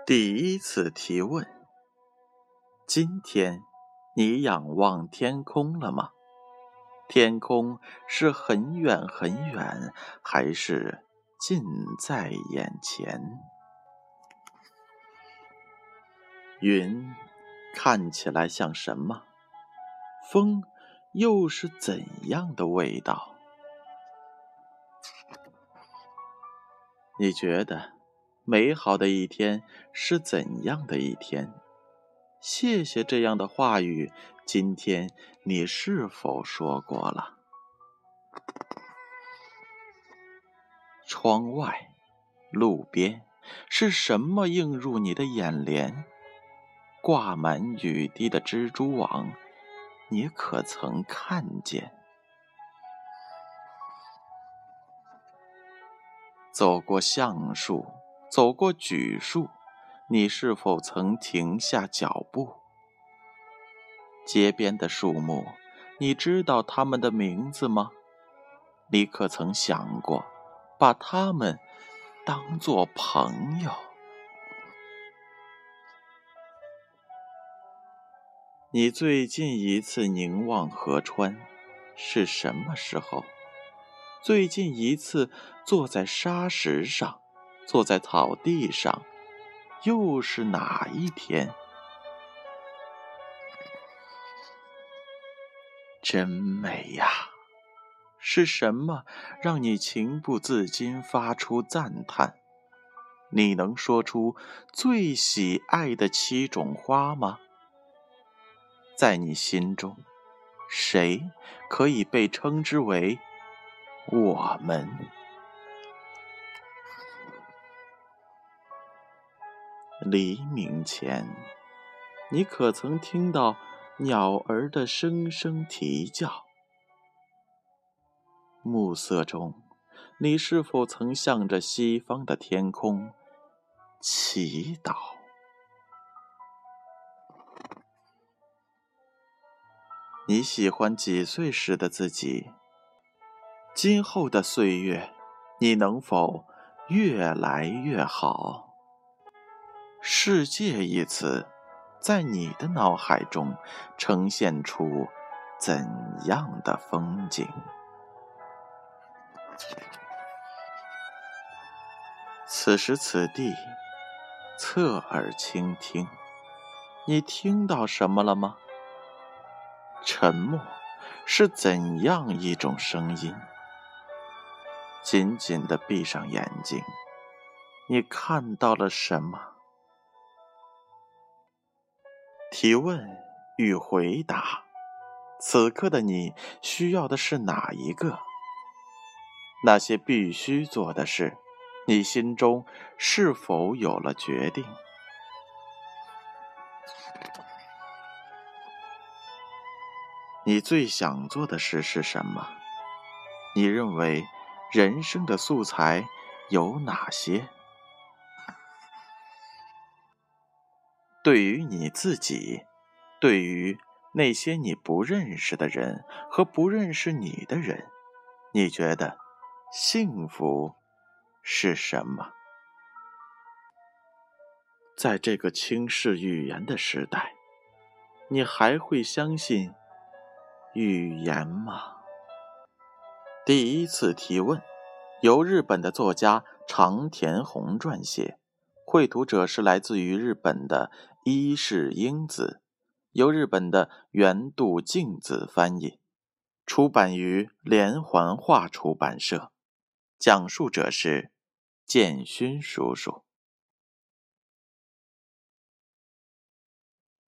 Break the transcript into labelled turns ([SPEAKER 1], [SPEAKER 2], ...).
[SPEAKER 1] 第一次提问：今天你仰望天空了吗？天空是很远很远，还是近在眼前？云看起来像什么？风又是怎样的味道？你觉得美好的一天是怎样的一天？谢谢这样的话语，今天你是否说过了？窗外，路边，是什么映入你的眼帘？挂满雨滴的蜘蛛网，你可曾看见？走过橡树，走过榉树，你是否曾停下脚步？街边的树木，你知道它们的名字吗？你可曾想过，把它们当作朋友？你最近一次凝望河川是什么时候？最近一次坐在沙石上，坐在草地上，又是哪一天？真美呀！是什么让你情不自禁发出赞叹？你能说出最喜爱的7种花吗？在你心中，谁可以被称之为我们？黎明前，你可曾听到鸟儿的声声啼叫？暮色中，你是否曾向着西方的天空祈祷？你喜欢几岁时的自己？今后的岁月，你能否越来越好？世界一词，在你的脑海中呈现出怎样的风景？此时此地，侧耳倾听，你听到什么了吗？沉默是怎样一种声音？紧紧地闭上眼睛，你看到了什么？提问与回答，此刻的你需要的是哪一个？那些必须做的事，你心中是否有了决定？你最想做的事是什么？你认为人生的素材有哪些？对于你自己，对于那些你不认识的人和不认识你的人，你觉得幸福是什么？在这个轻视语言的时代，你还会相信语言吗？第一次提问，由日本的作家长田宏撰写，绘图者是来自于日本的伊势英子，由日本的原渡静子翻译，出版于连环画出版社，讲述者是建勋叔叔。